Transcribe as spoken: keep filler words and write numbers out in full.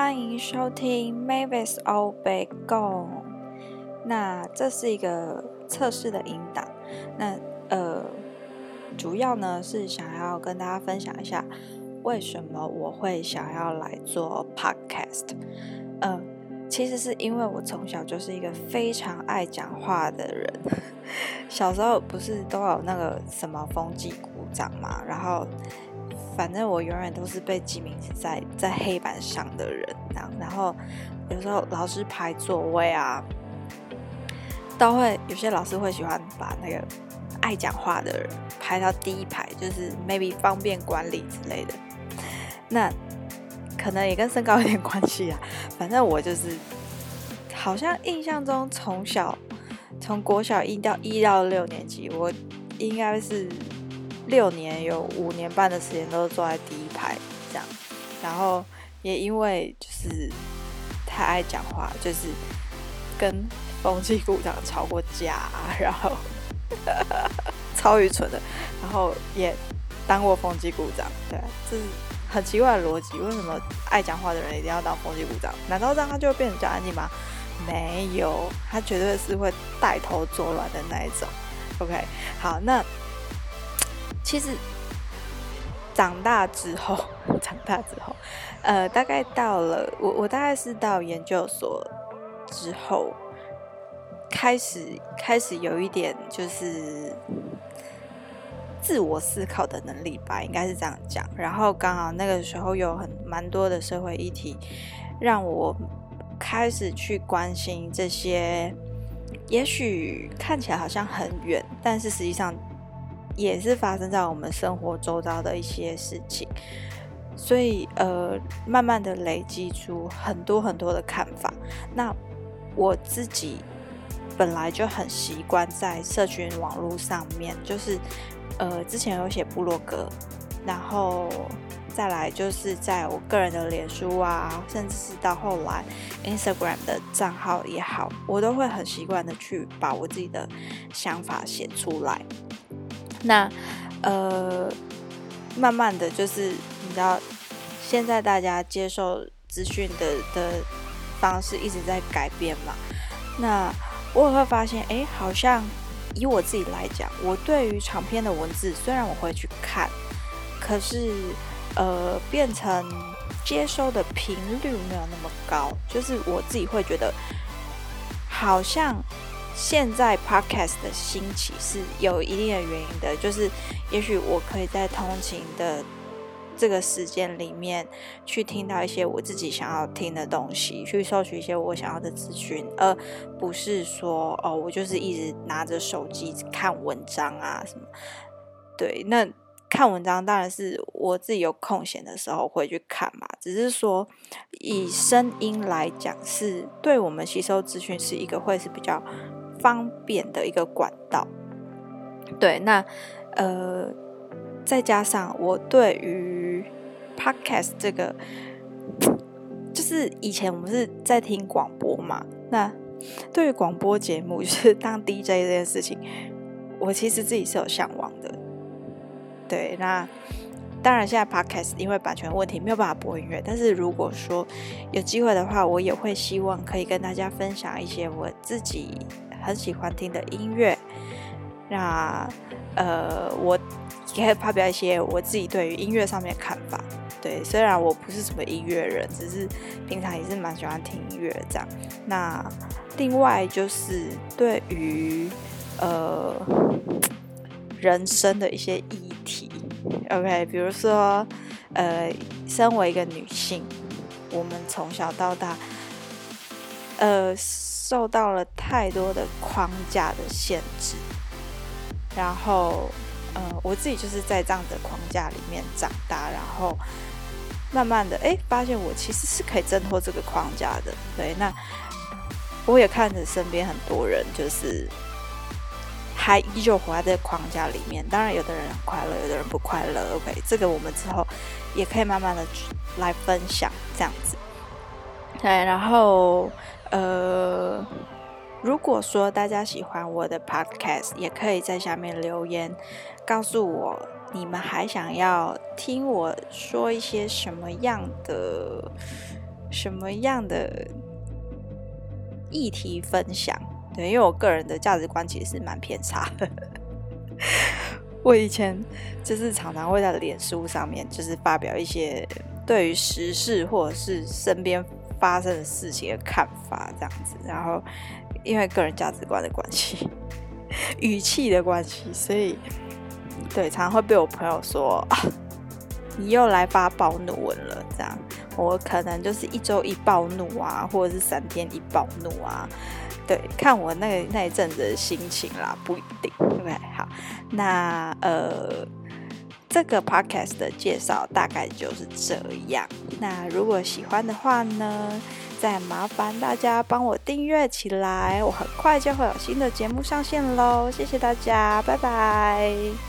欢迎收听 Mavis 欧北共。那这是一个测试的音档，那呃，主要呢是想要跟大家分享一下为什么我会想要来做 podcast。呃，其实是因为我从小就是一个非常爱讲话的人。小时候不是都有那个什么风纪鼓掌嘛，然后反正我永远都是被记名在在黑板上的人，然后有时候老师排座位啊，都会有些老师会喜欢把那个爱讲话的人排到第一排，就是 maybe 方便管理之类的。那可能也跟身高有点关系啊，反正我就是好像印象中从小从国小一到一到六年级，我应该是六年有五年半的时间都坐在第一排这样，然后也因为就是太爱讲话，就是跟风纪股长吵过架，然后超愚蠢的，然后也当过风纪股长，对，这是很奇怪的逻辑，为什么爱讲话的人一定要当风纪股长？难道这样他就会变成比较安静吗？没有，他绝对是会带头作乱的那一种。OK， 好，那其实长大之后，长大之后，呃，大概到了我我大概是到研究所之后，开始开始有一点就是自我思考的能力吧，应该是这样讲。然后刚好那个时候有很蛮多的社会议题，让我开始去关心这些，也许看起来好像很远，但是实际上也是发生在我们生活周遭的一些事情，所以呃，慢慢的累积出很多很多的看法。那我自己本来就很习惯在社群网络上面，就是呃之前有写部落格，然后再来就是在我个人的脸书啊，甚至是到后来 Instagram 的账号也好，我都会很习惯的去把我自己的想法写出来。那呃，慢慢的就是你知道，现在大家接受资讯的的方式一直在改变嘛。那我也会发现，哎，好像以我自己来讲，我对于长篇的文字，虽然我会去看，可是呃，变成接收的频率没有那么高，就是我自己会觉得，好像现在 podcast 的兴起是有一定的原因的，就是也许我可以在通勤的这个时间里面去听到一些我自己想要听的东西，去收取一些我想要的资讯，而不是说哦，我就是一直拿着手机看文章啊什么。对，那看文章当然是我自己有空闲的时候会去看嘛，只是说以声音来讲，是对我们吸收资讯是一个会是比较方便的一个管道。对，那呃，再加上我对于 podcast 这个，就是以前我们是在听广播嘛，那对于广播节目，就是当 D J 这件事情，我其实自己是有向往的。对，那当然现在 podcast 因为版权问题没有办法播音乐，但是如果说有机会的话，我也会希望可以跟大家分享一些我自己很喜欢听的音乐。那呃，我也可以发表一些我自己对于音乐上面的看法。对，虽然我不是什么音乐人，只是平常也是蛮喜欢听音乐这样。那另外就是对于呃人生的一些议题 ，OK， 比如说呃，身为一个女性，我们从小到大呃受到了太多的框架的限制，然后呃，我自己就是在这样的框架里面长大，然后慢慢的哎，发现我其实是可以挣脱这个框架的。对，那我也看着身边很多人就是还依旧活在这个框架里面，当然有的人很快乐，有的人不快乐。OK， 这个我们之后也可以慢慢的来分享这样子。对，然后呃。如果说大家喜欢我的 podcast， 也可以在下面留言告诉我，你们还想要听我说一些什么样的什么样的议题分享。对，因为我个人的价值观其实是蛮偏差的。我以前就是常常会在脸书上面就是发表一些对于时事或者是身边发生的事情的看法这样子，然后因为个人价值观的关系语气的关系，所以对常常会被我朋友说啊，你又来发暴怒文了这样。我可能就是一周一暴怒啊，或者是三天一暴怒啊，对，看我那个那一阵子的心情啦，不一定。OK， 好，那呃，这个 podcast 的介绍大概就是这样。那如果喜欢的话呢，再麻烦大家帮我订阅起来，我很快就会有新的节目上线咯。谢谢大家，拜拜。